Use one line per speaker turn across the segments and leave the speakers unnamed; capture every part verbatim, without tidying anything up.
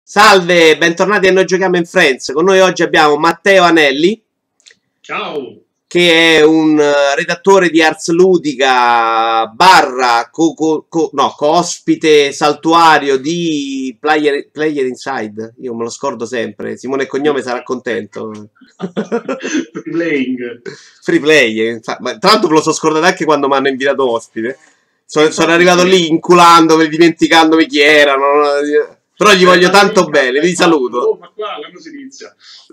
Salve, bentornati a Noi Giochiamo in Friends. Con noi oggi abbiamo Matteo Anelli.
Ciao.
Che è un uh, redattore di Ars Ludica barra co, co, co, no, co-ospite saltuario di Player, Player Inside. Io me lo scordo sempre. Simone e Cognome sarà contento.
Free playing.
Free play. Tra l'altro me lo sono scordato anche quando mi hanno invitato ospite. Sono, sono arrivato lì inculandomi, dimenticandomi chi erano. Però gli voglio tanto bene, vi saluto.
Oh, ma qua quando si inizia?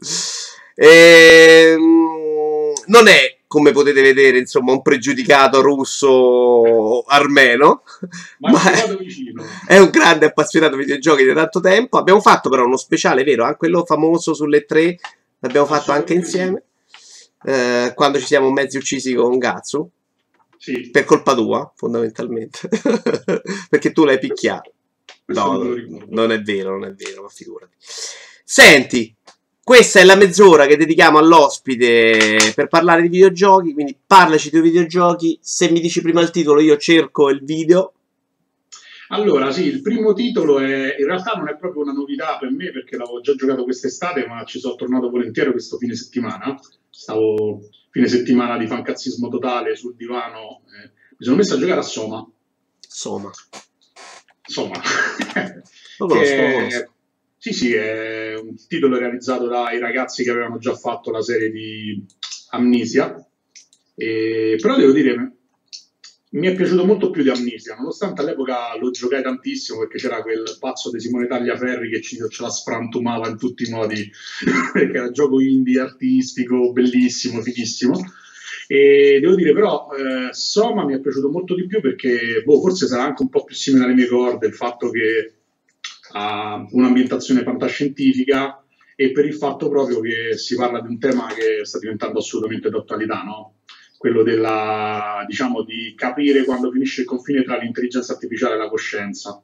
E, non è, come potete vedere, insomma, un pregiudicato russo armeno,
ma, ma è,
è un grande appassionato di videogiochi da tanto tempo. Abbiamo fatto però uno speciale, vero? Anche quello famoso sulle tre, l'abbiamo fatto anche insieme, eh, quando ci siamo mezzi uccisi con Gatsu.
Sì.
Per colpa tua, fondamentalmente. Perché tu l'hai picchiato. No, non è vero, non è vero, ma figurati. Senti, questa è la mezz'ora che dedichiamo all'ospite per parlare di videogiochi, quindi parlaci dei videogiochi. Se mi dici prima il titolo io cerco il video.
Allora, sì, il primo titolo è, in realtà non è proprio una novità per me perché l'avevo già giocato quest'estate, ma ci sono tornato volentieri questo fine settimana. Stavo fine settimana di fancazzismo totale sul divano, eh, mi sono messo a giocare a Soma.
Soma.
Insomma,
lo conosco, lo conosco.
Sì, sì, è un titolo realizzato dai ragazzi che avevano già fatto la serie di Amnesia, e, però devo dire, mi è piaciuto molto più di Amnesia, nonostante all'epoca lo giocai tantissimo perché c'era quel pazzo di Simone Tagliaferri che ci, ce la sfrantumava in tutti i modi, perché era un gioco indie, artistico, bellissimo, fighissimo. E devo dire però eh, Soma mi è piaciuto molto di più perché boh, forse sarà anche un po' più simile alle mie corde il fatto che ha un'ambientazione fantascientifica e per il fatto proprio che si parla di un tema che sta diventando assolutamente d'attualità, no? Quello della, diciamo, di capire quando finisce il confine tra l'intelligenza artificiale e la coscienza.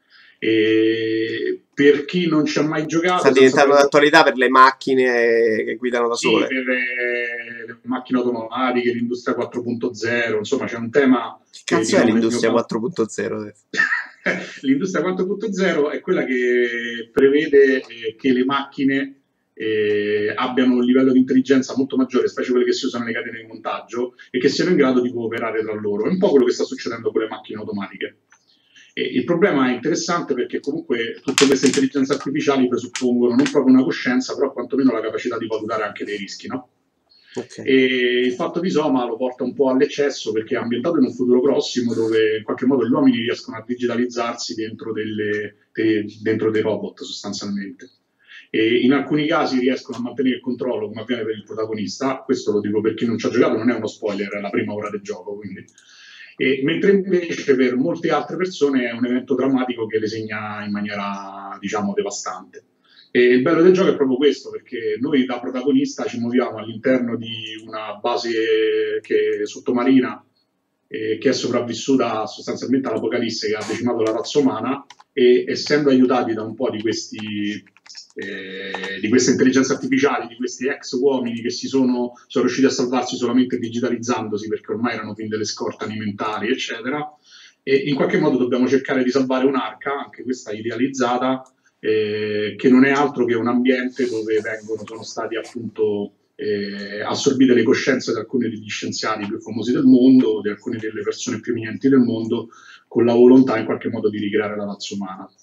E per chi non ci ha mai giocato
sta diventando d'attualità per le macchine che guidano da
sì,
sole,
per le, le macchine automatiche, l'industria quattro punto zero, insomma c'è un tema
che cazzo
diciamo,
è l'industria quattro punto zero?
L'industria quattro punto zero è quella che prevede eh, che le macchine eh, abbiano un livello di intelligenza molto maggiore, specie quelle che si usano nelle catene di montaggio, e che siano in grado di cooperare tra loro. È un po' quello che sta succedendo con le macchine automatiche. E il problema è interessante perché comunque tutte queste intelligenze artificiali presuppongono non proprio una coscienza, però quantomeno la capacità di valutare anche dei rischi, no?
Okay.
E il fatto di Soma lo porta un po' all'eccesso perché è ambientato in un futuro prossimo dove in qualche modo gli uomini riescono a digitalizzarsi dentro, delle, de, dentro dei robot sostanzialmente. E in alcuni casi riescono a mantenere il controllo come avviene per il protagonista. Questo lo dico per chi non ci ha giocato, non è uno spoiler, è la prima ora del gioco, quindi... E, mentre invece per molte altre persone è un evento drammatico che le segna in maniera, diciamo, devastante. E il bello del gioco è proprio questo, perché noi da protagonista ci muoviamo all'interno di una base che, sottomarina eh, che è sopravvissuta sostanzialmente all'apocalisse che ha decimato la razza umana, e essendo aiutati da un po' di questi... Eh, di queste intelligenze artificiali, di questi ex uomini che si sono, sono riusciti a salvarsi solamente digitalizzandosi perché ormai erano fin delle scorte alimentari eccetera, e in qualche modo dobbiamo cercare di salvare un'arca, anche questa idealizzata, eh, che non è altro che un ambiente dove vengono, sono stati appunto eh, assorbite le coscienze di alcuni degli scienziati più famosi del mondo, di alcune delle persone più eminenti del mondo, con la volontà in qualche modo di ricreare la razza umana.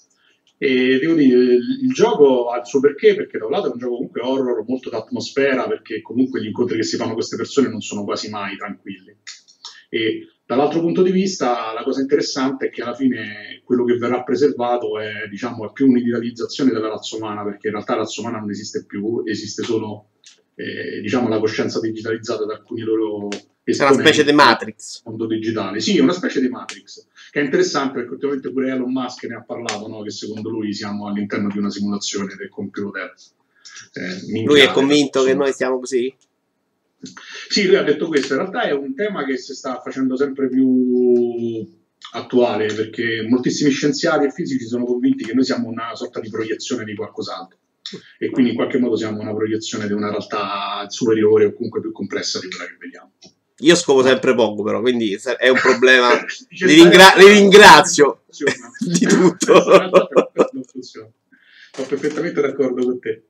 E devo dire, il gioco ha il suo perché, perché da un lato è un gioco comunque horror, molto d'atmosfera, perché comunque gli incontri che si fanno con queste persone non sono quasi mai tranquilli. E dall'altro punto di vista la cosa interessante è che alla fine quello che verrà preservato è, diciamo, è più un'idealizzazione della razza umana, perché in realtà la razza umana non esiste più, esiste solo eh, diciamo, la coscienza digitalizzata da alcuni loro
esponenti. È una specie di Matrix.
Mondo digitale. Sì, è una specie di Matrix. Che è interessante perché ultimamente pure Elon Musk ne ha parlato, no? Che secondo lui siamo all'interno di una simulazione del computer.
Eh, lui è convinto che noi siamo così?
Sì, lui ha detto questo. In realtà è un tema che si sta facendo sempre più attuale perché moltissimi scienziati e fisici sono convinti che noi siamo una sorta di proiezione di qualcos'altro e quindi in qualche modo siamo una proiezione di una realtà superiore o comunque più complessa di quella che vediamo.
Io scopo sempre poco, però, quindi è un problema. Li, ringra li ringrazio di tutto.
sono perfettamente d'accordo con te.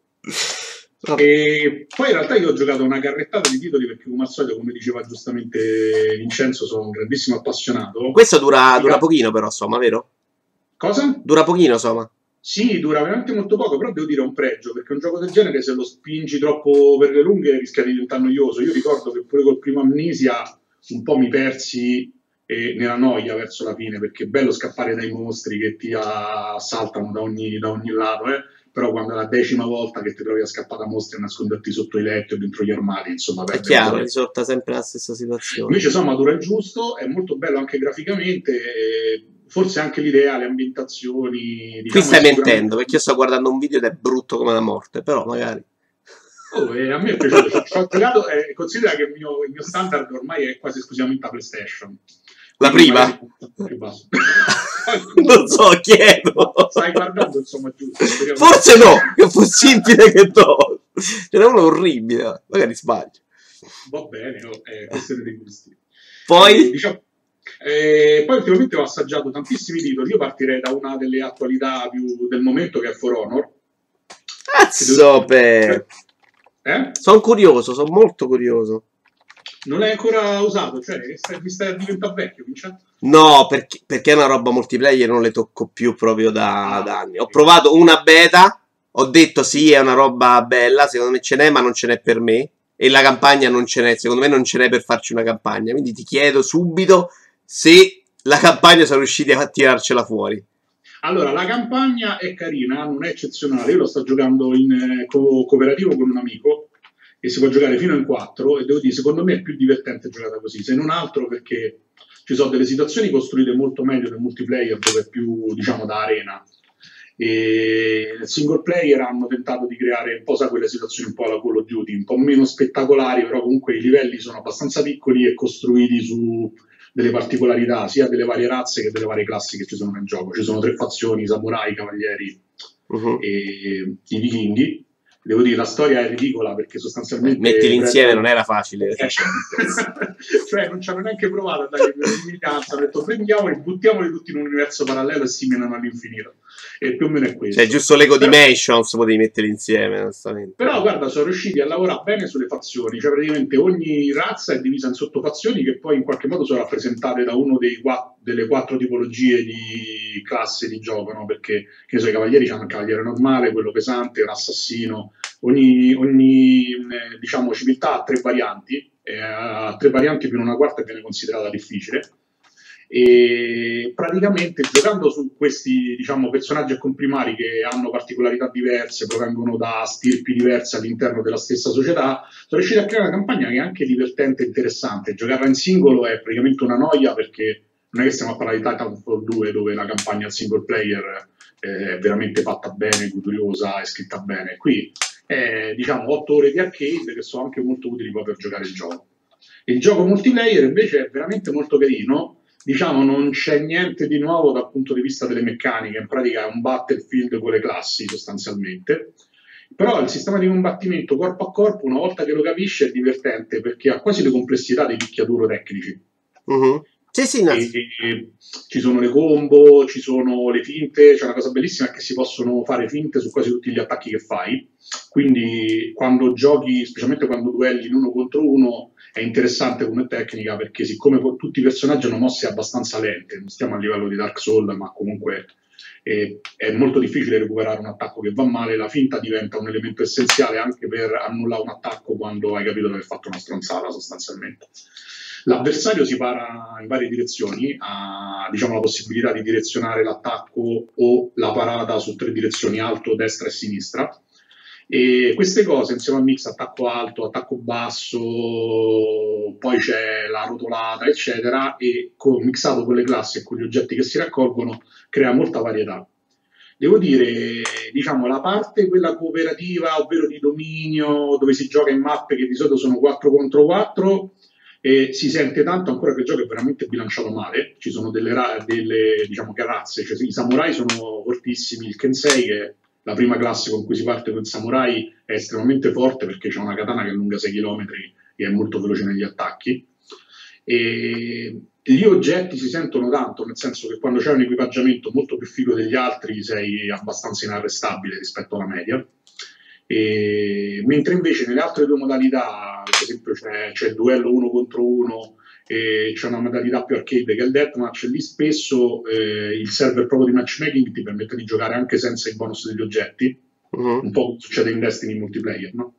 E poi in realtà io ho giocato una carrettata di titoli perché come al solito, come diceva giustamente Vincenzo, sono un grandissimo appassionato.
Questo dura, dura pochino però, insomma, vero?
Cosa?
Dura pochino, insomma.
Sì, dura veramente molto poco, però devo dire un pregio, perché un gioco del genere se lo spingi troppo per le lunghe rischia di diventare noioso. Io ricordo che pure col primo Amnesia un po' mi persi eh, nella noia verso la fine, perché è bello scappare dai mostri che ti assaltano da ogni, da ogni lato, eh? Però quando è la decima volta che ti trovi a scappare da mostri e nasconderti sotto i letti o dentro gli armadi, insomma...
È chiaro, risorta sempre la stessa situazione.
Invece insomma dura il giusto, è molto bello anche graficamente... Eh, forse anche l'idea, le ambientazioni...
Diciamo, qui stai mentendo, perché io sto guardando un video ed è brutto come la morte, però magari...
Oh, eh, a me è piaciuto, ci ho giocato, eh, considera che il mio, il mio standard ormai è quasi esclusivamente la PlayStation.
La prima?
Più basso.
Non so, chiedo.
Stai guardando, insomma, giusto.
Forse no, che è possibile che no. Ce n'è uno orribile, magari sbaglio.
Va bene, no, è questione dei gusti.
Poi...
Eh, diciamo, Eh, poi ultimamente ho assaggiato tantissimi titoli. Io partirei da una delle attualità più del momento, che è For Honor.
Cazzo, per...
eh?
Sono curioso, sono molto curioso.
Non l'hai ancora usato? Cioè, mi stai diventando vecchio, Vincenzo?
No, perché, perché è una roba multiplayer, non le tocco più proprio da, ah, da anni. Ho provato una beta, ho detto sì, è una roba bella, secondo me ce n'è, ma non ce n'è per me. E la campagna non ce n'è, secondo me non ce n'è per farci una campagna. Quindi ti chiedo subito se la campagna sono riusciti a tirarcela fuori.
Allora, la campagna è carina, non è eccezionale. Io lo sto giocando in eh, co cooperativo con un amico e si può giocare fino in quattro, e devo dire, secondo me è più divertente giocata così, se non altro perché ci sono delle situazioni costruite molto meglio del multiplayer, dove è più, diciamo, da arena. E nel single player hanno tentato di creare un po', sa, quelle situazioni un po' alla Call of Duty, un po' meno spettacolari, però comunque i livelli sono abbastanza piccoli e costruiti su delle particolarità sia delle varie razze che delle varie classi che ci sono nel gioco. Ci sono tre fazioni: samurai, cavalieri uh-huh. e i vichinghi. Devo dire, la storia è ridicola perché sostanzialmente...
Mettili insieme non era facile.
Eh, cioè, non ci hanno neanche provato a dare l'umilianza. Hanno detto, prendiamoli, buttiamoli tutti in un universo parallelo e si menano all'infinito. E più o meno è questo.
Cioè, giusto Lego però, Dimensions potevi mettere insieme, onestamente.
Però, guarda, sono riusciti a lavorare bene sulle fazioni. Cioè, praticamente ogni razza è divisa in sottofazioni che poi in qualche modo sono rappresentate da uno dei quattro, delle quattro tipologie di classe di gioco, no? Perché, che ne so, i cavalieri hanno il cavaliere normale, quello pesante, l'assassino. Ogni, ogni eh, diciamo, civiltà ha tre varianti, eh, ha tre varianti più una quarta viene considerata difficile. E praticamente giocando su questi, diciamo, personaggi a comprimari che hanno particolarità diverse, provengono da stirpi diverse all'interno della stessa società, sono riusciti a creare una campagna che è anche divertente e interessante. Giocarla in singolo è praticamente una noia, perché non è che stiamo a parlare di Titanfall due dove la campagna single player eh, è veramente fatta bene, goduriosa, è scritta bene. Qui è, diciamo, otto ore di arcade che sono anche molto utili poi per giocare il gioco. Il gioco multiplayer invece è veramente molto carino. Diciamo, non c'è niente di nuovo dal punto di vista delle meccaniche, in pratica è un Battlefield con le classi sostanzialmente, però il sistema di combattimento corpo a corpo, una volta che lo capisci, è divertente perché ha quasi le complessità dei picchiaduro tecnici.
Uh-huh. Sì, sì, no.
e, e, ci sono le combo, ci sono le finte, c'è una cosa bellissima che si possono fare finte su quasi tutti gli attacchi che fai, quindi quando giochi, specialmente quando duelli in uno contro uno, è interessante come tecnica, perché siccome tutti i personaggi hanno mosse abbastanza lente, non stiamo a livello di Dark Souls, ma comunque è, è molto difficile recuperare un attacco che va male, la finta diventa un elemento essenziale anche per annullare un attacco quando hai capito di aver fatto una stronzata sostanzialmente. L'avversario si para in varie direzioni, ha, diciamo, la possibilità di direzionare l'attacco o la parata su tre direzioni, alto, destra e sinistra. E queste cose, insieme al mix attacco alto, attacco basso, poi c'è la rotolata, eccetera, e con, mixato con le classi e con gli oggetti che si raccolgono, crea molta varietà. Devo dire, diciamo, la parte quella cooperativa, ovvero di dominio, dove si gioca in mappe che di solito sono quattro contro quattro, e si sente tanto ancora che il gioco è veramente bilanciato male. Ci sono delle, delle diciamo, razze, cioè i samurai sono fortissimi, il Kensei, che è la prima classe con cui si parte con il samurai, è estremamente forte perché c'è una katana che è lunga sei chilometri e è molto veloce negli attacchi. E, Gli oggetti si sentono tanto, nel senso che quando c'è un equipaggiamento molto più figo degli altri sei abbastanza inarrestabile rispetto alla media. E, mentre invece nelle altre due modalità, per esempio c'è, c'è il duello uno contro uno, e c'è una modalità più arcade che è il deathmatch, lì spesso eh, il server proprio di matchmaking ti permette di giocare anche senza il bonus degli oggetti, uh-huh. un po' come succede in Destiny multiplayer, no?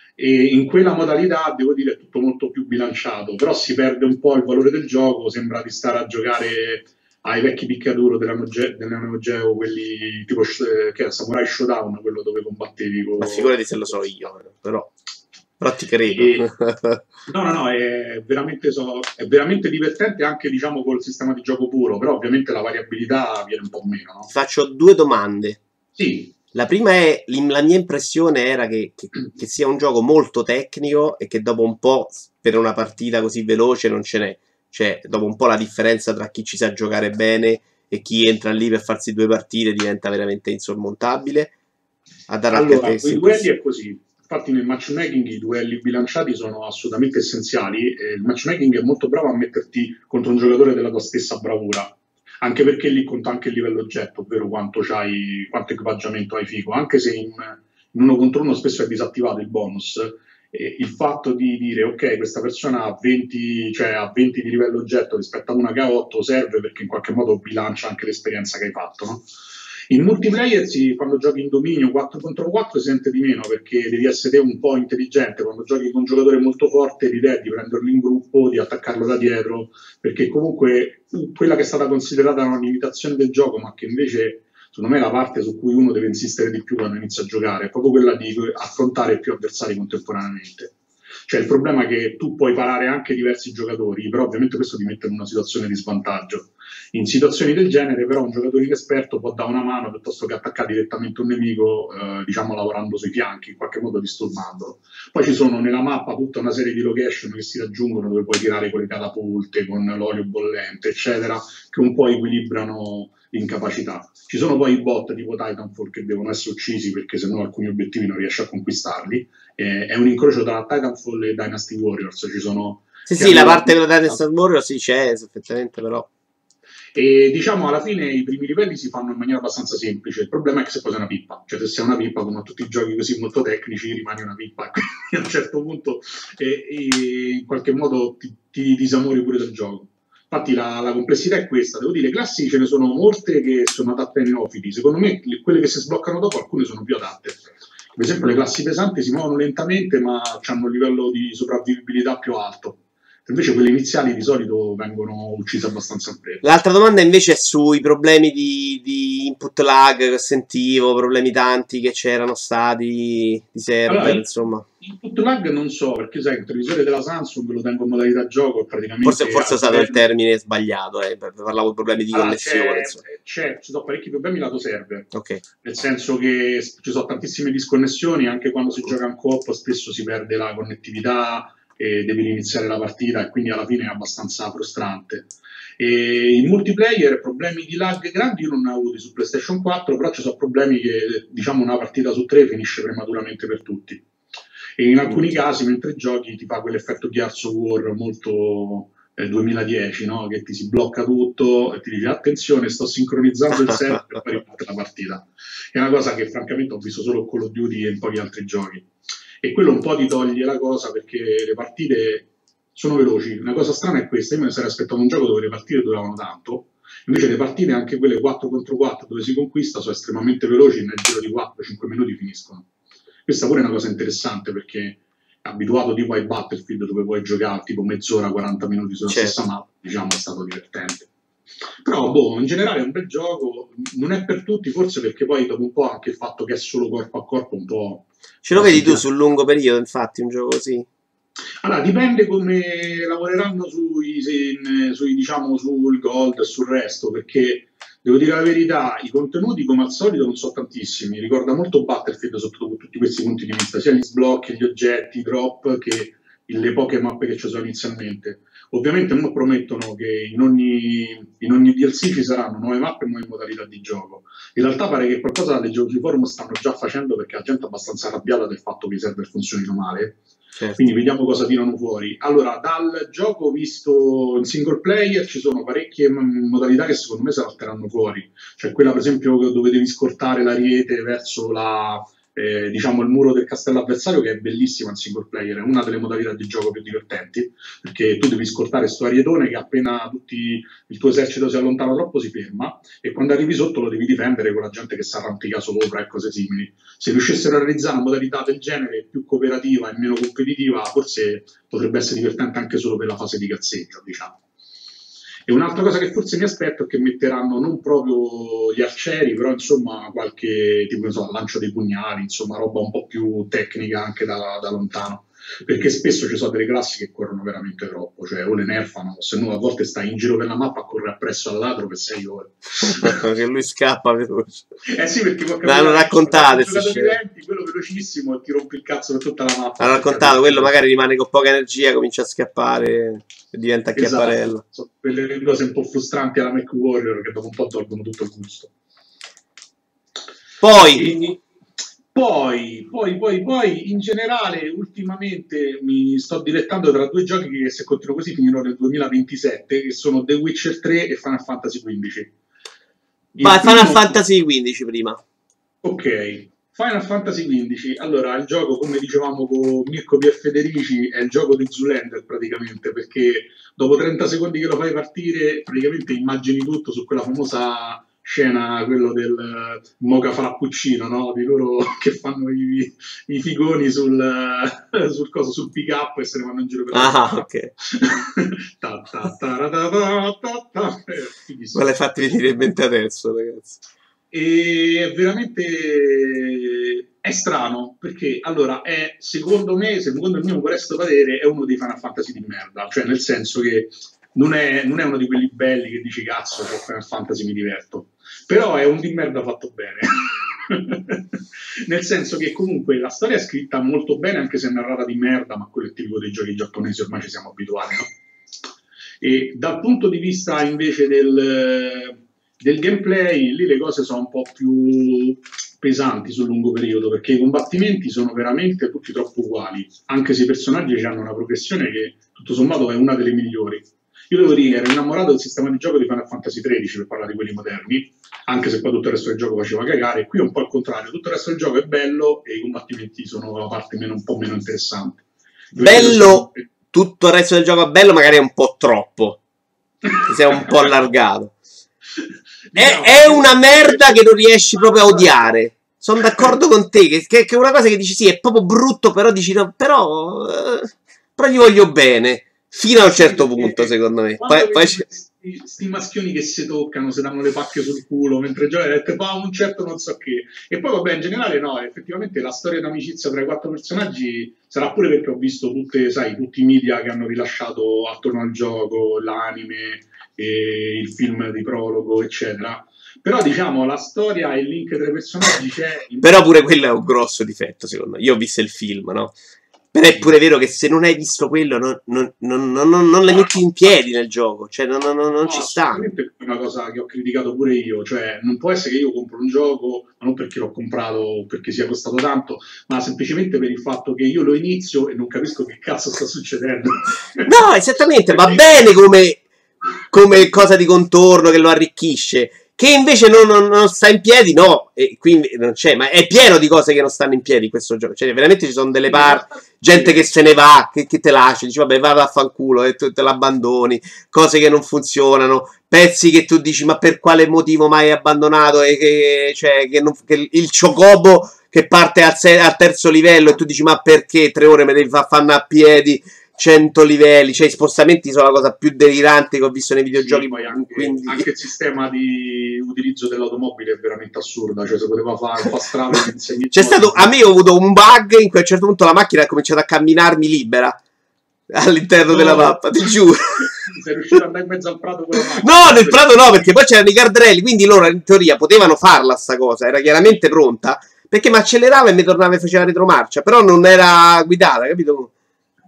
E in quella modalità devo dire è tutto molto più bilanciato, però si perde un po' il valore del gioco, sembra di stare a giocare ai vecchi picchiaduro della Neo Geo, quelli tipo eh, che era Samurai Showdown, quello dove combattevi con...
Ma figurati se lo so io, però, però ti credo.
E... no, no, no, è veramente, so... è veramente divertente anche diciamo col sistema di gioco puro, però ovviamente la variabilità viene un po' meno, no?
Ti faccio due domande.
Sì.
La prima è, la mia impressione era che, che, che sia un gioco molto tecnico e che dopo un po', per una partita così veloce, non ce n'è. Cioè, dopo un po' la differenza tra chi ci sa giocare bene e chi entra lì per farsi due partite diventa veramente insormontabile. A dare
allora, i duelli è così. Infatti nel matchmaking i duelli bilanciati sono assolutamente essenziali. E il matchmaking è molto bravo a metterti contro un giocatore della tua stessa bravura. Anche perché lì conta anche il livello oggetto, ovvero quanto, c'hai, quanto equipaggiamento hai figo, anche se in, in uno contro uno spesso è disattivato il bonus, eh, il fatto di dire ok, questa persona ha venti, cioè ha venti di livello oggetto rispetto a una che ha otto serve perché in qualche modo bilancia anche l'esperienza che hai fatto, no? In multiplayer si, quando giochi in dominio quattro contro quattro si sente di meno perché devi essere te un po' intelligente. Quando giochi con un giocatore molto forte l'idea è di prenderlo in gruppo, di attaccarlo da dietro, perché comunque quella che è stata considerata una limitazione del gioco, ma che invece secondo me è la parte su cui uno deve insistere di più quando inizia a giocare, è proprio quella di affrontare più avversari contemporaneamente. Cioè il problema è che tu puoi parare anche diversi giocatori, però ovviamente questo ti mette in una situazione di svantaggio. In situazioni del genere però un giocatore inesperto può dare una mano piuttosto che attaccare direttamente un nemico, eh, diciamo lavorando sui fianchi, in qualche modo disturbandolo. Poi ci sono nella mappa tutta una serie di location che si raggiungono dove puoi tirare con le catapulte, con l'olio bollente, eccetera, che un po' equilibrano l'incapacità. Ci sono poi i bot tipo Titanfall che devono essere uccisi perché sennò alcuni obiettivi non riesci a conquistarli. Eh, è un incrocio tra Titanfall e Dynasty Warriors. Ci sono
sì, sì, la parte della Dynasty Warriors sì c'è, effettivamente, però.
E diciamo alla fine i primi livelli si fanno in maniera abbastanza semplice. Il problema è che se poi sei una pippa, cioè se sei una pippa, come a tutti i giochi così molto tecnici, rimani una pippa a un certo punto e, e in qualche modo ti, ti disamori pure del gioco. Infatti la, la complessità è questa, devo dire, classi ce ne sono molte che sono adatte ai neofiti. Secondo me quelle che si sbloccano dopo alcune sono più adatte. Per esempio le classi pesanti si muovono lentamente ma hanno un livello di sopravvivibilità più alto. Invece quelle iniziali di solito vengono uccise abbastanza in fretta.
L'altra domanda invece è sui problemi di, di input lag che sentivo, problemi tanti che c'erano stati di server, allora, insomma.
Input lag non so, perché sai, il televisore della Samsung lo tengo in modalità gioco e praticamente...
Forse, forse ho usato il termine sbagliato, eh, parlavo di problemi di allora, connessione.
C'è, c'è, ci sono parecchi problemi lato server,
okay.
Nel senso che ci sono tantissime disconnessioni, anche quando si gioca in coop spesso si perde la connettività, e devi iniziare la partita e quindi alla fine è abbastanza frustrante. E in multiplayer problemi di lag grandi io non ne ho avuti su PlayStation quattro, però ci sono problemi che diciamo una partita su tre finisce prematuramente per tutti e in alcuni casi mentre giochi ti fa quell'effetto di Gears of War molto eh, duemiladieci, no? Che ti si blocca tutto e ti dice attenzione sto sincronizzando il server e poi riparte la partita. È una cosa che francamente ho visto solo con Call of Duty e in pochi altri giochi. E quello un po' ti toglie la cosa perché le partite sono veloci. Una cosa strana è questa, io me ne sarei aspettato un gioco dove le partite duravano tanto, invece le partite, anche quelle quattro contro quattro dove si conquista, sono estremamente veloci e nel giro di quattro cinque minuti finiscono. Questa pure è una cosa interessante perché abituato tipo ai Battlefield dove puoi giocare tipo mezz'ora, quaranta minuti sulla certo. stessa mappa, diciamo è stato divertente. Però boh, in generale è un bel gioco, non è per tutti, forse perché poi dopo un po' anche il fatto che è solo corpo a corpo un po'...
Ce lo vedi tu sul lungo periodo, infatti, un gioco così?
Allora, dipende come lavoreranno sui, sui diciamo, sul gold e sul resto, perché devo dire la verità, i contenuti come al solito non sono tantissimi, ricorda molto Battlefield sotto tutti questi punti di vista, sia gli sblocchi, gli oggetti, i drop, che le poche mappe che ci sono inizialmente. Ovviamente non promettono che in ogni, in ogni D L C ci saranno nuove mappe e nuove modalità di gioco. In realtà pare che qualcosa dalle giochi forum stanno già facendo, perché la gente è abbastanza arrabbiata del fatto che i server funzionino male. Certo. Quindi vediamo cosa tirano fuori. Allora, dal gioco visto in single player ci sono parecchie modalità che secondo me se la terranno fuori. Cioè quella per esempio dove devi scortare l'ariete verso la... Eh, diciamo il muro del castello avversario, che è bellissima in single player, è una delle modalità di gioco più divertenti, perché tu devi scortare sto arietone che appena tutti, il tuo esercito si allontana troppo si ferma, e quando arrivi sotto lo devi difendere con la gente che si arrampica sopra e cose simili. Se riuscissero a realizzare una modalità del genere più cooperativa e meno competitiva, forse potrebbe essere divertente anche solo per la fase di cazzeggio, diciamo. E un'altra cosa che forse mi aspetto è che metteranno non proprio gli arcieri, però insomma qualche tipo, non so, lancio dei pugnali, insomma roba un po' più tecnica anche da, da lontano, perché spesso ci sono delle classi che corrono veramente troppo, cioè o le nerfano, se no a volte stai in giro per la mappa a correre appresso al ladro per sei ore.
Che lui scappa veloce.
Eh sì, perché può
l'hanno raccontato,
quello velocissimo e ti rompe il cazzo per tutta la mappa.
L'hanno raccontato, quello magari rimane con poca energia, comincia a scappare e diventa acchiapparella.
Esatto. So, quelle cose un po' frustranti alla MechWarrior che dopo un po' tolgono tutto il gusto.
Poi...
E, Poi, poi, poi, poi, in generale, ultimamente mi sto dilettando tra due giochi che, se continuo così, finirò nel duemilaventisette, che sono The Witcher tre e Final Fantasy quindici.
Vai, primo... Final Fantasy quindici prima.
Ok, Final Fantasy quindici. Allora, il gioco, come dicevamo con Mirko P. Federici, è il gioco di Zoolander praticamente, perché dopo trenta secondi che lo fai partire, praticamente immagini tutto su quella famosa... scena, quello del uh, moca frappuccino, no? Di loro che fanno i, i figoni sul, uh, sul coso, sul pick up e se ne vanno in giro per
la ah, ok.
ta, ta, ta, ta, ta, ta, ta.
Me l'hai fatti venire in mente adesso, ragazzi.
E è veramente è strano, perché allora è, secondo me, secondo il mio modesto parere, è uno dei Final Fantasy di merda, cioè nel senso che non è, non è uno di quelli belli che dici cazzo, con Final Fantasy mi diverto, però è un di merda fatto bene. Nel senso che comunque la storia è scritta molto bene, anche se è narrata di merda, ma quello è tipico dei giochi giapponesi, ormai ci siamo abituati, no? E dal punto di vista invece del, del gameplay, lì le cose sono un po' più pesanti sul lungo periodo, perché i combattimenti sono veramente tutti troppo uguali, anche se i personaggi hanno una progressione che tutto sommato è una delle migliori. Io devo dire, ero innamorato del sistema di gioco di Final Fantasy tredici, per parlare di quelli moderni, anche se poi tutto il resto del gioco faceva cagare, e qui è un po' il contrario, tutto il resto del gioco è bello e i combattimenti sono la parte meno, un po' meno interessante.
Bello, tutto il resto del gioco è bello, magari è un po' troppo, si è un po' allargato. È, è una merda che non riesci proprio a odiare. Sono d'accordo con te, che, che, che è una cosa che dici sì, è proprio brutto, però dici no, però, eh, però gli voglio bene. Fino a un certo punto, secondo me. Poi, poi
sti, sti maschioni che si toccano, si danno le pacche sul culo mentre giocano, fa un certo non so che. E poi, vabbè, in generale, no, effettivamente la storia d'amicizia tra i quattro personaggi sarà pure perché ho visto tutte, sai, tutti i media che hanno rilasciato attorno al gioco, l'anime, e il film di prologo, eccetera. Però, diciamo, la storia e il link tra i personaggi c'è.
Però pure quello è un grosso difetto, secondo me. Io ho visto il film, no? Però è pure vero che se non hai visto quello non, non, non, non, non le metti in piedi nel gioco, cioè non, non, non
no,
ci sta.
È una cosa che ho criticato pure io, cioè non può essere che io compro un gioco, ma non perché l'ho comprato o perché sia costato tanto, ma semplicemente per il fatto che io lo inizio e non capisco che cazzo sta succedendo.
No, esattamente, va bene come, come cosa di contorno che lo arricchisce. Che invece non, non, non sta in piedi, no, e quindi non c'è, ma è pieno di cose che non stanno in piedi questo gioco, cioè veramente ci sono delle parti, gente che se ne va, che, che te lascia, dici vabbè va vaffanculo e tu te l'abbandoni, cose che non funzionano, pezzi che tu dici ma per quale motivo mai abbandonato, e che, cioè, che, non, che il Chocobo che parte al, se, al terzo livello e tu dici ma perché tre ore me devi far fanno a piedi cento livelli, cioè i spostamenti sono la cosa più delirante che ho visto nei videogiochi.
Sì, poi anche,
quindi...
anche il sistema di utilizzo dell'automobile è veramente assurdo, cioè se poteva fare fast travel
c'è stato, a me ho avuto un bug in cui a un certo punto la macchina ha cominciato a camminarmi libera all'interno no, della mappa, ti giuro.
Sei riuscito ad andare in mezzo al prato con la macchina?
No, nel prato no, perché poi c'erano i guardrail, quindi loro in teoria potevano farla sta cosa, era chiaramente pronta, perché mi accelerava e mi tornava e faceva retromarcia, però non era guidata, capito?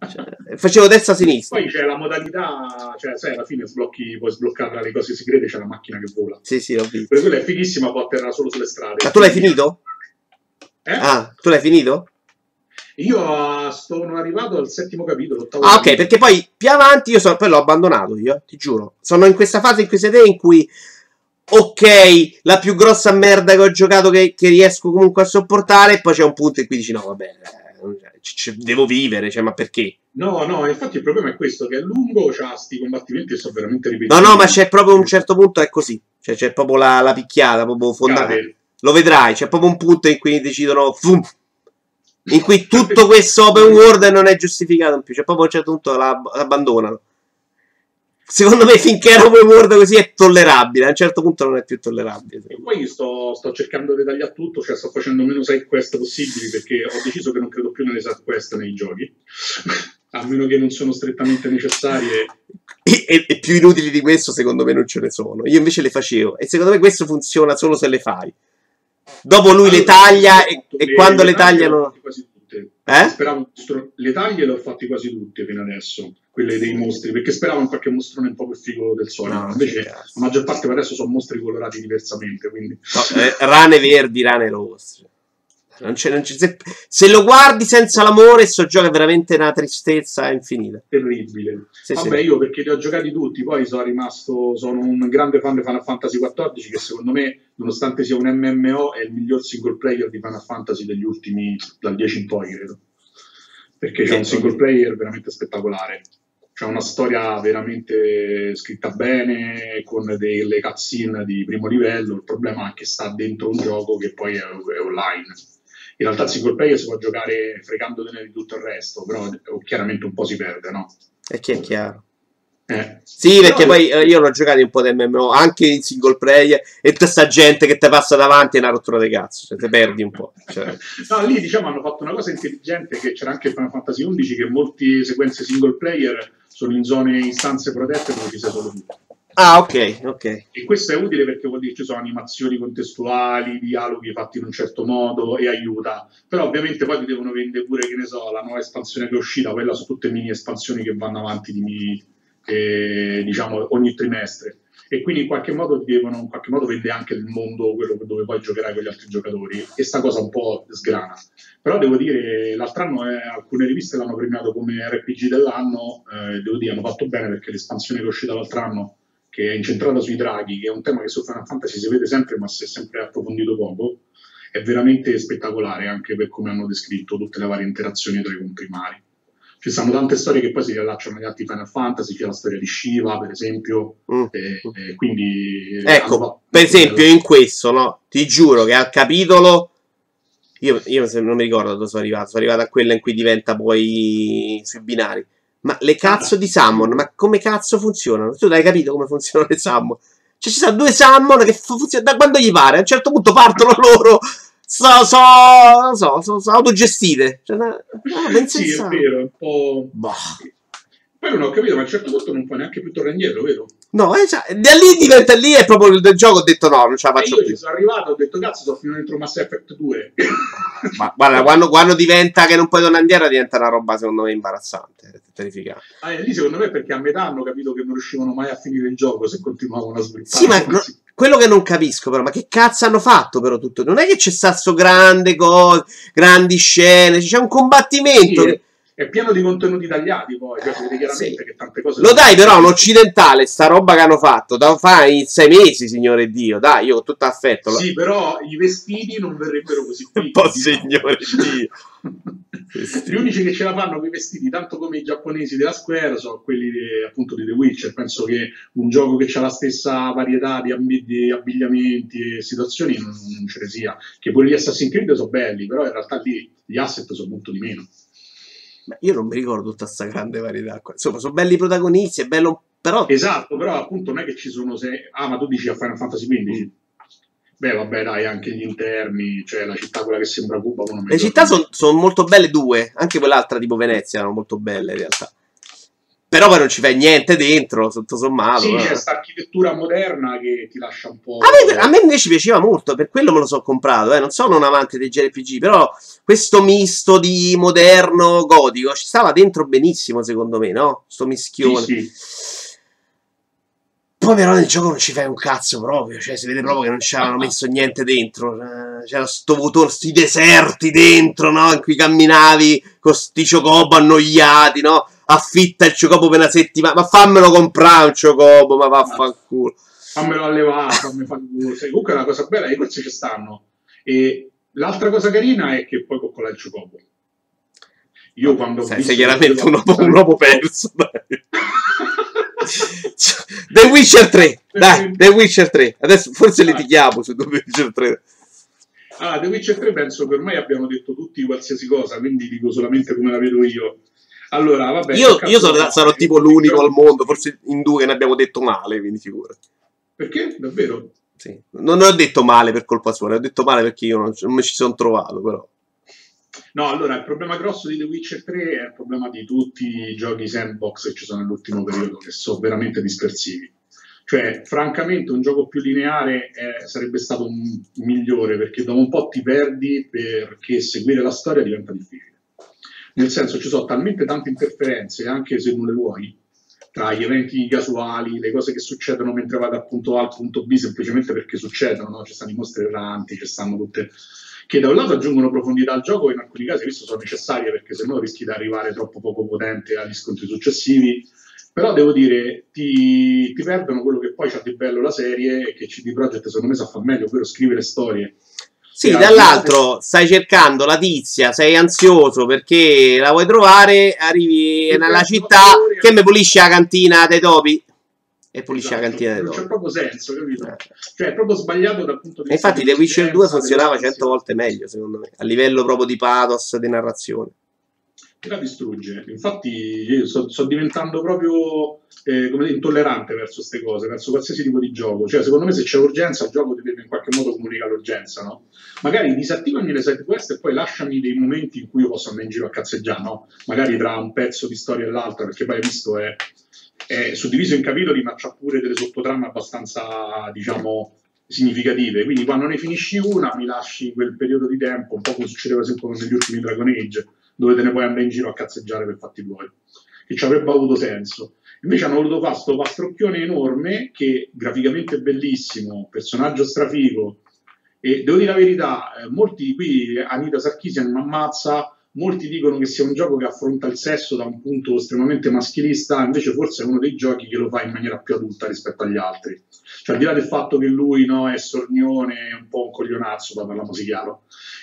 Cioè, facevo destra-sinistra.
Poi c'è la modalità, cioè sai, alla fine sblocchi, puoi sbloccare tra le cose segrete, c'è la macchina che vola.
Sì, sì, l'ho visto.
Per quello è fighissima, può atterrare solo sulle strade.
Ma tu l'hai finito?
Eh?
Ah, tu l'hai finito?
Io sono arrivato al settimo capitolo.
Ah, ok, capitolo. Perché poi più avanti io so, poi l'ho abbandonato io, ti giuro. Sono in questa fase, in queste idee in cui, ok, la più grossa merda che ho giocato che, che riesco comunque a sopportare, e poi c'è un punto in cui dici no, vabbè, devo vivere, cioè, ma perché?
No, no, infatti il problema è questo, che a lungo c'ha sti combattimenti che sono veramente ripetitivi.
No, no, ma c'è proprio un certo punto, è così. Cioè, c'è proprio la, la picchiata, proprio fondamentale. Lo vedrai, c'è proprio un punto in cui decidono, fum, in cui tutto questo open world non è giustificato in più. C'è proprio a un certo punto la abbandonano. Secondo me finché era open world così è tollerabile, a un certo punto non è più tollerabile.
E poi sto, sto cercando di tagliare tutto, cioè sto facendo meno side quest possibili perché ho deciso che non credo più nelle side quest nei giochi, a meno che non sono strettamente necessarie.
E, e, e più inutili di questo secondo me non ce ne sono. Io invece le facevo e secondo me questo funziona solo se le fai. Dopo lui allora, le taglia e, e le, quando le, le tagliano...
Quasi tutte.
Eh?
Speravo, le taglie le ho fatte quasi tutte fino adesso, quelle dei mostri, perché speravo in qualche mostrone un po' più figo del solito. No, invece la maggior parte per adesso sono mostri colorati diversamente. Quindi.
No, eh, rane verdi, rane rosse. Non c'è, non c'è, se, se lo guardi senza l'amore, sto gioco è veramente una tristezza infinita.
Terribile.
Sì,
Vabbè,
sì.
Io perché li ho giocati tutti, poi sono rimasto, sono un grande fan di Final Fantasy quattordici, che secondo me, nonostante sia un M M O, è il miglior single player di Final Fantasy degli ultimi, dal dieci in poi, credo. Perché c'è un single player veramente spettacolare. C'è una storia veramente scritta bene, con delle cutscene di primo livello. Il problema è che sta dentro un gioco che poi è, è online. In realtà il single player si può giocare fregandone di tutto il resto, però chiaramente un po' si perde, no?
E che è chiaro.
Eh.
Sì, perché però poi io, io l'ho giocato un po' di M M O, anche in single player, e tutta sta gente che ti passa davanti è una rottura di cazzo, cioè ti perdi un po'. Cioè.
No, lì diciamo hanno fatto una cosa intelligente, che c'era anche Final Fantasy undici, che molte sequenze single player sono in zone, in stanze protette dove ci sei solo tu.
Ah, ok, ok.
E questo è utile perché vuol dire che ci sono animazioni contestuali, dialoghi fatti in un certo modo e aiuta. Però ovviamente poi ti devono vendere pure, che ne so, la nuova espansione che è uscita, quella su tutte mini espansioni che vanno avanti di mini, eh, diciamo ogni trimestre. E quindi in qualche modo ti devono, in qualche modo vende anche il mondo, quello dove poi giocherai con gli altri giocatori. E sta cosa un po' sgrana. Però devo dire, l'altro anno eh, alcune riviste l'hanno premiato come R P G dell'anno, eh, devo dire, hanno fatto bene perché l'espansione che è uscita l'altro anno, che è incentrata sui draghi, che è un tema che su Final Fantasy si vede sempre, ma si è sempre approfondito poco, è veramente spettacolare anche per come hanno descritto tutte le varie interazioni tra i comprimari. Ci stanno tante storie che poi si riallacciano agli altri Final Fantasy, c'è la storia di Shiva, per esempio, mm. e, e quindi...
Ecco, per esempio bello. In questo, no? Ti giuro che al capitolo... Io, io non mi ricordo dove sono arrivato, sono arrivato a quella in cui diventa poi sui binari. Ma le cazzo di summon, ma come cazzo funzionano? Tu hai capito come funzionano le summon? Cioè ci sono due summon che funzionano da quando gli pare, a un certo punto partono loro, so, so, so, so, so autogestite. Cioè, no, no,
sì, è vero, è un po'...
Bah.
Poi non ho capito, ma a un certo punto non puoi neanche più tornare indietro, vero?
No, eh, cioè, da lì diventa lì, è proprio il del gioco, ho detto no, non ce la faccio
e io
più.
Io ci sono arrivato, ho detto cazzo, sono finito dentro Mass Effect due.
Ma guarda, quando, quando diventa che non puoi tornare indietro diventa una roba secondo me imbarazzante, terrificante.
Ah, lì secondo me perché a metà hanno capito che non riuscivano mai a finire il gioco se continuavano a sviluppare.
Sì, ma no, quello che non capisco però, ma che cazzo hanno fatto però tutto? Non è che c'è stato grande cose, grandi scene, c'è un combattimento
sì,
che...
È pieno di contenuti tagliati poi, cioè, vedi chiaramente
sì.
che tante cose...
Lo dai però a un occidentale, sta roba che hanno fatto, da fai in sei mesi, signore Dio, dai, io con tutto affetto.
Sì, però i vestiti non verrebbero così
un po' signore Dio.
Gli unici che ce la fanno con i vestiti, tanto come i giapponesi della Square, sono quelli di, appunto di The Witcher. Penso che un gioco che ha la stessa varietà di, amb- di abbigliamenti e situazioni non, non ce ne sia. Che pure gli Assassin's Creed sono belli, però in realtà lì gli asset sono molto di meno.
Ma io non mi ricordo tutta questa grande varietà qua. Insomma, sono belli i protagonisti, è bello, però...
Esatto, però appunto non è che ci sono... Se... Ah, ma tu dici a Final Fantasy quindici? Beh, vabbè, dai, anche gli interni, cioè la città quella che sembra Cuba... Non
le città sono son molto belle, due, anche quell'altra tipo Venezia erano molto belle in realtà. Però poi non ci fai niente dentro, tutto sommato.
Sì,
eh.
c'è questa architettura moderna che ti lascia un po'...
A me, a me invece piaceva molto, per quello me lo so comprato, eh. Non sono un amante dei J R P G, però questo misto di moderno gotico ci stava dentro benissimo, secondo me, no? Sto mischione.
Sì, sì.
Poi però nel gioco non ci fai un cazzo proprio, cioè si vede proprio che non ci avevano messo niente dentro. C'era sto vuoto, sti deserti dentro, no? In cui camminavi con sti ciocobo annoiati, no? Affitta il ciocobo per una settimana, ma fammelo comprare un ciocobo, ma vaffanculo.
Fammelo allevare, fammi fare il... Comunque è una cosa bella, i corsi ci stanno. E l'altra cosa carina è che poi coccola il ciocobo. Io
Vabbè,
quando ho
sei,
visto...
sei chiaramente un uomo, un uomo perso, dai. The Witcher tre, dai, The Witcher tre. Adesso forse litighiamo su The Witcher tre.
Ah, The Witcher tre penso che ormai abbiano detto tutti qualsiasi cosa, quindi dico solamente come la vedo io. Allora, vabbè,
io io sarò, sarò tipo l'unico al mondo, forse in due, che ne abbiamo detto male, quindi figurati.
Perché? Davvero?
Sì. Non ne ho detto male per colpa sua, ne ho detto male perché io non, non mi ci sono trovato, però.
No, allora, il problema grosso di The Witcher tre è il problema di tutti i giochi sandbox che ci sono nell'ultimo periodo, che sono veramente dispersivi. Cioè, francamente, un gioco più lineare eh, sarebbe stato un migliore, perché dopo un po' ti perdi, perché seguire la storia diventa difficile. Nel senso, ci sono talmente tante interferenze, anche se non le vuoi, tra gli eventi casuali, le cose che succedono mentre vai dal punto A al punto B, semplicemente perché succedono, no? Ci stanno i mostri erranti, ci stanno tutte... che da un lato aggiungono profondità al gioco e in alcuni casi visto sono necessarie, perché se no rischi di arrivare troppo poco potente agli scontri successivi. Però devo dire, ti, ti perdono quello che poi c'ha di bello la serie e che C D Projekt secondo me sa far meglio, ovvero scrivere storie.
Sì, dall'altro stai cercando la tizia, sei ansioso perché la vuoi trovare, arrivi nella città, che mi pulisci la cantina dei topi? E pulisci
esatto,
la cantina dei
non
topi.
c'è proprio senso, capito? Eh. Cioè è proprio sbagliato dal punto di vista...
Infatti The Witcher due funzionava cento volte meglio, secondo me, a livello proprio di pathos, di narrazione.
La distrugge. Infatti io sto, sto diventando proprio eh, come dire, intollerante verso queste cose, verso qualsiasi tipo di gioco. Cioè, secondo me se c'è urgenza il gioco ti deve in qualche modo comunicare l'urgenza, no? Magari disattivami le side quest e poi lasciami dei momenti in cui io posso andare in giro a cazzeggiare, no? Magari tra un pezzo di storia e l'altro, perché poi hai visto è, è suddiviso in capitoli, ma c'ha pure delle sottotrame abbastanza, diciamo, significative. Quindi quando ne finisci una mi lasci quel periodo di tempo, un po' come succedeva sempre negli ultimi Dragon Age, dove te ne puoi andare in giro a cazzeggiare per fatti tuoi, che ci avrebbe avuto senso. Invece hanno voluto fare questo pastrocchione enorme che graficamente è bellissimo, personaggio strafigo, e devo dire la verità, eh, molti qui, Anita Sarkeesian mi ammazza, molti dicono che sia un gioco che affronta il sesso da un punto estremamente maschilista, invece forse è uno dei giochi che lo fa in maniera più adulta rispetto agli altri. Cioè al di là del fatto che lui no, è sornione, è un po' un coglionazzo, poi parliamoci chiaro,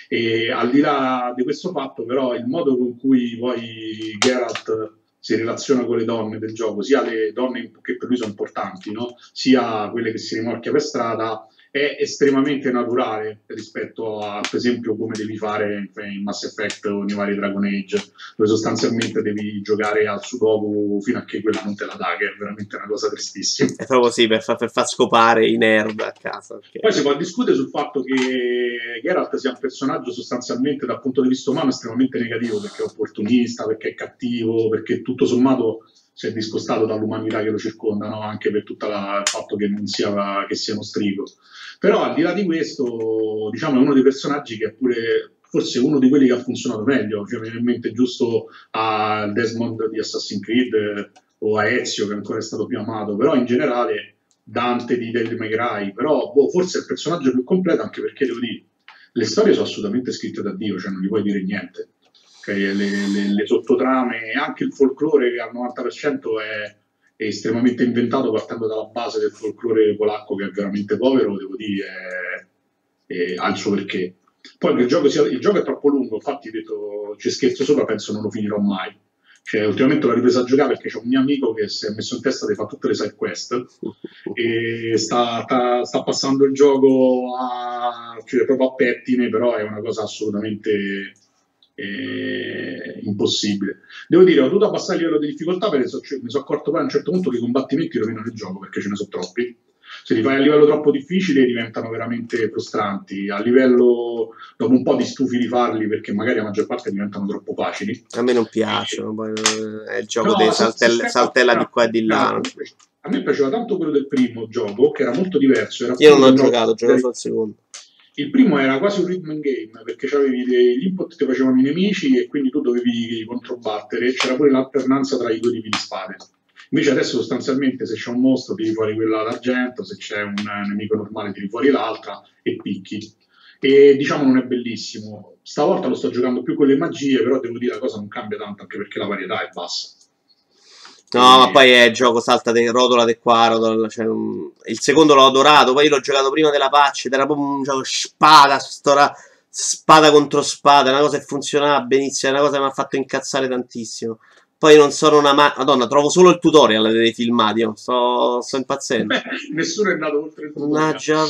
e al di là di questo fatto però il modo con cui poi Geralt si relaziona con le donne del gioco, sia le donne che per lui sono importanti, no? Sia quelle che si rimorchia per strada, è estremamente naturale rispetto a, per esempio, come devi fare in Mass Effect o nei vari Dragon Age, dove sostanzialmente devi giocare al sudoku fino a che quella non te la dà, che è veramente una cosa tristissima.
È proprio così, per, fa, per far scopare i nerd a casa.
Perché... Poi si può discutere sul fatto che Geralt sia un personaggio sostanzialmente dal punto di vista umano estremamente negativo, perché è opportunista, perché è cattivo, perché tutto sommato si è discostato dall'umanità che lo circonda, no? Anche per tutto il fatto che non sia, che sia uno strigo. Però al di là di questo, diciamo, è uno dei personaggi che è pure forse uno di quelli che ha funzionato meglio. Cioè, mi viene in mente giusto a Desmond di Assassin's Creed eh, o a Ezio, che ancora è stato più amato, però in generale Dante di Devil May Cry, però boh, forse è il personaggio più completo, anche perché devo dire, le storie sono assolutamente scritte da Dio, cioè non gli puoi dire niente. Okay? Le, le, le sottotrame, anche il folklore che al novanta per cento è è estremamente inventato partendo dalla base del folklore polacco, che è veramente povero, devo dire, è, è, ha il suo perché. Poi il gioco, sia, il gioco è troppo lungo, infatti detto, ci scherzo sopra, penso non lo finirò mai. Cioè, ultimamente l'ho ripreso a giocare perché c'è un mio amico che si è messo in testa di fare tutte le side quest e sta, sta, sta passando il gioco a, cioè, proprio a pettine, però è una cosa assolutamente eh, impossibile. Devo dire, ho dovuto abbassare il livello di difficoltà perché so, cioè, mi sono accorto poi a un certo punto che i combattimenti rovinano il gioco perché ce ne sono troppi. Se li fai a livello troppo difficile diventano veramente frustranti, a livello dopo un po' ti stufi di farli perché magari la maggior parte diventano troppo facili.
A me non piacciono, poi è il gioco
No,
dei
se-
saltell
sistema-
saltella di qua e di
no,
là.
a me piaceva tanto quello del primo gioco, che era molto diverso. Era
Io non
più
ho
un
giocato, ho
gioco-
giocato solo al secondo.
Il primo era quasi un rhythm and game, perché c'avevi dei- gli input che facevano i nemici e quindi tu dovevi controbattere, c'era pure l'alternanza tra i due tipi di spade. Invece adesso sostanzialmente se c'è un mostro tiri fuori quella d'argento, se c'è un nemico normale tiri fuori l'altra e picchi. E diciamo non è bellissimo. Stavolta lo sto giocando più con le magie, però devo dire la cosa non cambia tanto anche perché la varietà è bassa.
No, ma poi è gioco salta de rotola de qua, rotola, cioè, um, il secondo l'ho adorato, poi l'ho giocato prima della patch ed era proprio un gioco spada, stora, spada contro spada, una cosa che funzionava benissimo, è una cosa che mi ha fatto incazzare tantissimo. Poi non sono una ma... Madonna, trovo solo il tutorial dei filmati, io sto, sto impazzendo.
Nessuno è andato oltre il tutorial.
Mannaggia,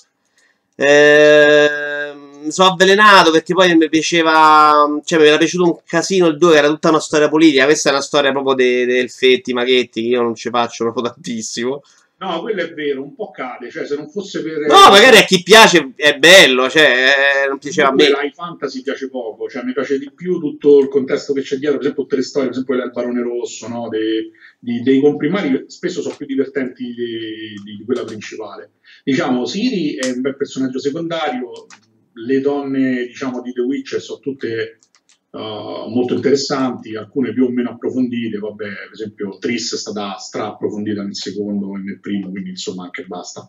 eh, mi sono avvelenato perché poi mi piaceva, cioè mi era piaciuto un casino il due, che era tutta una storia politica. Questa è una storia proprio dei de Elfetti, Maghetti, che io non ci faccio proprio tantissimo.
No, quello è vero, un po' cade, cioè se non fosse per...
No, magari a chi piace è bello, cioè eh, non piaceva a me.
L'high fantasy piace poco, cioè mi piace di più tutto il contesto che c'è dietro, per esempio tutte le storie, per esempio quella del Barone Rosso, no? dei, di, dei comprimari spesso sono più divertenti di, di, di quella principale. Diciamo, Ciri è un bel personaggio secondario, le donne diciamo di The Witcher sono tutte uh, molto interessanti, alcune più o meno approfondite, vabbè, per esempio Triss è stata stra approfondita nel secondo e nel primo, quindi insomma anche basta.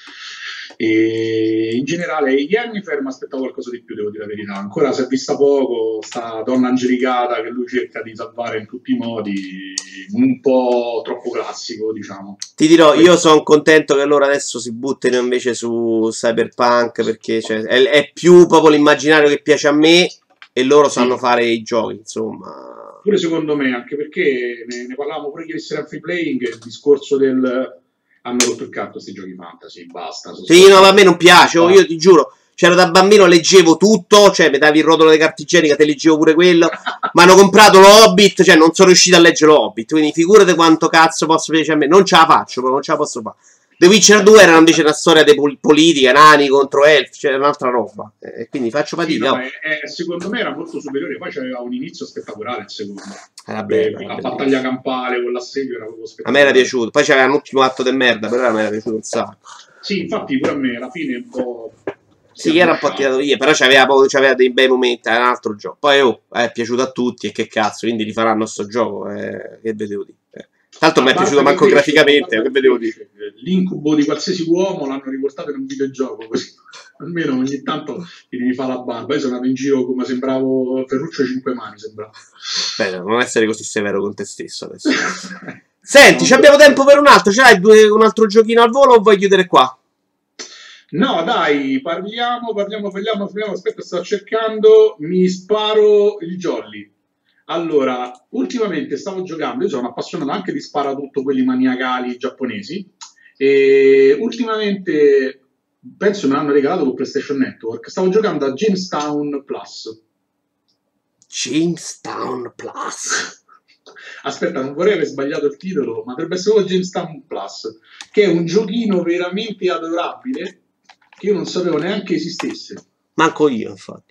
E in generale Yennefer mi aspettavo qualcosa di più, devo dire la verità, ancora si è vista poco, sta donna angelicata che lui cerca di salvare in tutti i modi, un po' troppo classico, diciamo.
Ti dirò, io sono contento che loro adesso si buttino invece su Cyberpunk, perché cioè, è, è più proprio l'immaginario che piace a me e loro sanno sì. fare i giochi, insomma.
Pure secondo me, anche perché ne, ne parlavamo pure ieri sera a Free Playing, il discorso del hanno rotto il cazzo questi giochi fantasy, basta.
Sì, no, ma a me non piace, oh, io ti giuro, c'ero da bambino, leggevo tutto, cioè mi davi il rotolo di carta igienica, te leggevo pure quello, mi hanno comprato lo Hobbit, cioè non sono riuscito a leggere lo Hobbit, quindi figurate quanto cazzo posso piacere a me, non ce la faccio, non ce la posso fare. The Witcher due era invece una storia di pol politica, nani contro elfi, cioè un'altra roba, e eh, quindi faccio fatica.
Sì, no, è, è, secondo me era molto superiore, poi c'aveva un inizio spettacolare il secondo.
Era bello,
la
era
battaglia campale con l'assedio era proprio
spettacolare. A me era piaciuto, poi c'aveva un ultimo atto del merda, però a me era piaciuto un sacco.
Sì, infatti pure a me alla fine un po'...
Sì, era un po' tirato via, però c'aveva dei bei momenti, era un altro gioco. Poi oh, è piaciuto a tutti e che cazzo, quindi rifaranno sto gioco, eh, che vedevo di. Eh. Tanto mi è piaciuto manco invece, graficamente, che vedevo dire.
L'incubo di qualsiasi uomo l'hanno riportato in un videogioco, così almeno ogni tanto ti devi fare la barba. Io sono andato in giro come sembravo Ferruccio Cinque Mani, sembrava.
Beh, non essere così severo con te stesso adesso. Senti, no, abbiamo tempo per un altro, ce l'hai un altro giochino al volo o vuoi chiudere qua?
No, dai, parliamo, parliamo, parliamo, parliamo, aspetta, sto cercando, mi sparo il jolly. Allora, ultimamente stavo giocando, io sono appassionato anche di sparatutto, quelli maniacali giapponesi, e ultimamente, penso me l'hanno regalato con PlayStation Network, stavo giocando a Jamestown Plus.
Jamestown Plus?
Aspetta, non vorrei aver sbagliato il titolo, ma dovrebbe essere solo Jamestown Plus, che è un giochino veramente adorabile, che io non sapevo neanche esistesse.
Manco io, infatti.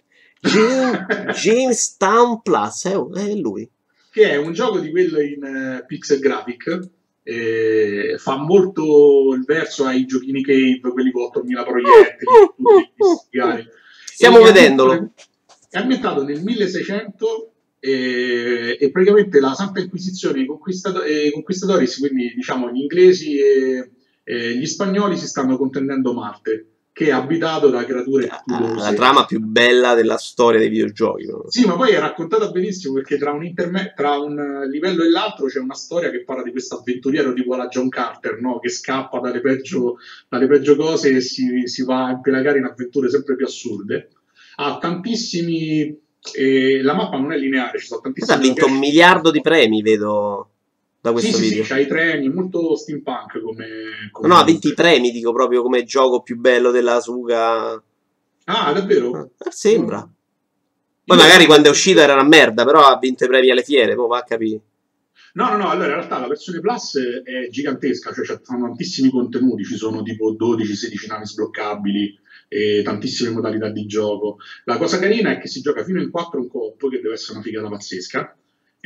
Jamestown Plus, è lui.
Che è un gioco di quello in uh, pixel graphic, eh, fa molto il verso ai giochini Cave, quelli con ottomila proiettili, tutti
stiamo e vedendolo.
È ambientato nel milleseicento eh, e praticamente la Santa Inquisizione e i conquistato eh, conquistatori, quindi diciamo gli inglesi e eh, gli spagnoli si stanno contendendo Marte, che è abitato da creature
ah, la trama più bella della storia dei videogiochi. No?
Sì, ma poi è raccontata benissimo perché tra un, tra un livello e l'altro c'è una storia che parla di questo avventuriero tipo la John Carter, no? Che scappa dalle peggio, dalle peggio cose e si, si va a impelagare in avventure sempre più assurde. Ha tantissimi... Eh, la mappa non è lineare, ci sono tantissimi...
Ha vinto un miliardo di premi, vedo... Da questo
sì,
video.
Sì, sì, c'ha i treni, molto steampunk come, come...
No, no, ha vinto i premi, dico proprio come gioco più bello della Suga.
Ah, davvero?
Ah, sembra. Poi Io magari quando è uscito era una merda, però ha vinto i premi alle fiere, poi va a capire.
No, no, no, allora in realtà la versione Plus è gigantesca, cioè c'è tantissimi contenuti, ci sono tipo dodici sedici navi sbloccabili e tantissime modalità di gioco. La cosa carina è che si gioca fino in quattro in coop, che deve essere una figata pazzesca,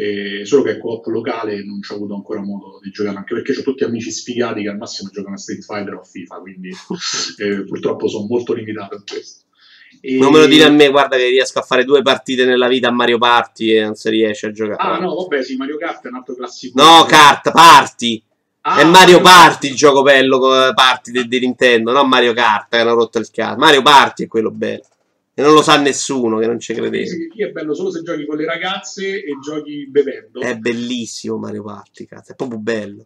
e solo che è coop locale e non ci ho avuto ancora modo di giocare, anche perché ho tutti amici sfigati che al massimo giocano a Street Fighter o a FIFA, quindi eh, purtroppo sono molto limitato in questo. E...
Non me lo dire a me, guarda che riesco a fare due partite nella vita a Mario Party e non si riesce a giocare.
Ah no, vabbè, sì, Mario Kart è un altro classico.
No, Kart, Party!
Ah,
è Mario Party il gioco bello, Party di, di Nintendo, non Mario Kart che hanno rotto il cazzo. Mario Party è quello bello. E non lo sa nessuno, che non ci credeva.
Sì, sì, è bello solo se giochi con le ragazze e giochi bevendo.
È bellissimo Mario Party, cazzo, è proprio bello.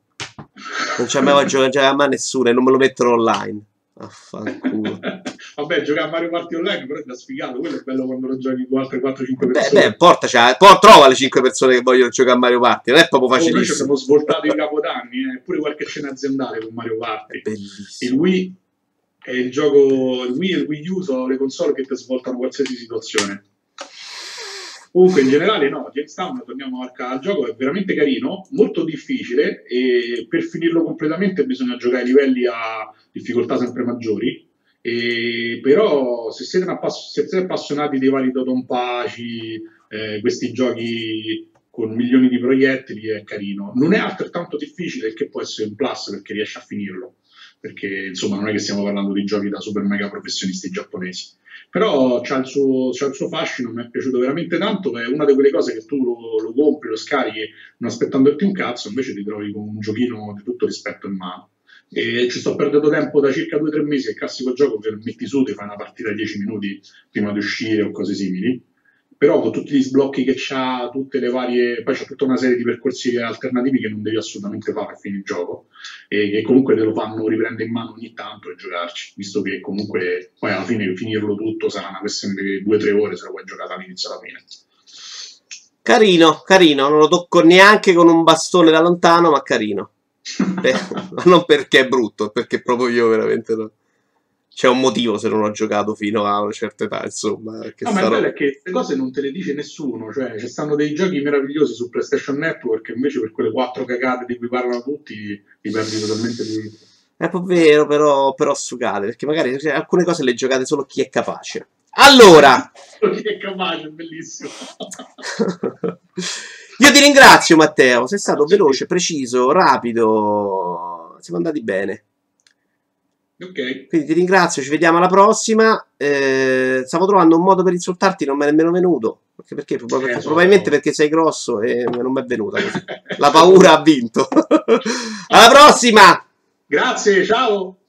Non c'è mai giocato a mai nessuno e non me lo mettono online. Affanculo.
Vabbè, giocare a Mario Party online però è da sfigato, quello è bello quando lo giochi con altre quattro cinque persone.
Beh, beh portaci, poi trova le cinque persone che vogliono giocare a Mario Party, non è proprio facilissimo.
Oh, noi ci abbiamo svoltato i capodanni, eh. Pure qualche cena aziendale con Mario Party.
Bellissimo.
Il Wii è il gioco, il Wii e il Wii U sono le console che ti svoltano qualsiasi situazione. Comunque in generale no, Jamestown, torniamo al, al gioco, è veramente carino, molto difficile e per finirlo completamente bisogna giocare a livelli a difficoltà sempre maggiori, e, però se siete, appass- se siete appassionati dei vari Dodonpachi, eh, questi giochi con milioni di proiettili è carino. Non è altrettanto difficile che può essere un plus perché riesce a finirlo, perché insomma non è che stiamo parlando di giochi da super mega professionisti giapponesi. Però c'ha il, suo, c'ha il suo fascino, mi è piaciuto veramente tanto, è una di quelle cose che tu lo, lo compri, lo scarichi non aspettandoti un cazzo, invece ti trovi con un giochino di tutto rispetto in mano. E ci sto perdendo tempo da circa due o tre mesi, è il classico gioco che metti su, ti fai una partita di dieci minuti prima di uscire o cose simili, però con tutti gli sblocchi che c'ha, tutte le varie, poi c'è tutta una serie di percorsi alternativi che non devi assolutamente fare a fine il gioco e che comunque te lo fanno riprendere in mano ogni tanto e giocarci, visto che comunque poi alla fine finirlo tutto sarà una questione di due o tre ore se lo vuoi giocare dall'inizio alla fine.
Carino, carino, non lo tocco neanche con un bastone da lontano, ma carino. Beh, non perché è brutto, perché proprio io veramente no. C'è un motivo se non ho giocato fino a una certa età, insomma. Che
no, ma il bello è che queste cose non te le dice nessuno, cioè ci stanno dei giochi meravigliosi su PlayStation Network che invece per quelle quattro cagate di cui parlano tutti li perdi totalmente di vista.
È proprio vero, però, però sugate, perché magari cioè, alcune cose le giocate solo chi è capace. Allora!
Solo chi è capace, bellissimo.
Io ti ringrazio Matteo, sei stato veloce, preciso, rapido, siamo andati bene.
Ok.
Quindi ti ringrazio, ci vediamo alla prossima. Eh, stavo trovando un modo per insultarti, non mi è nemmeno venuto. Perché, perché? Probabilmente, eh, probabilmente perché sei grosso e non mi è venuta così. La paura ha vinto. Alla prossima!
Grazie, ciao!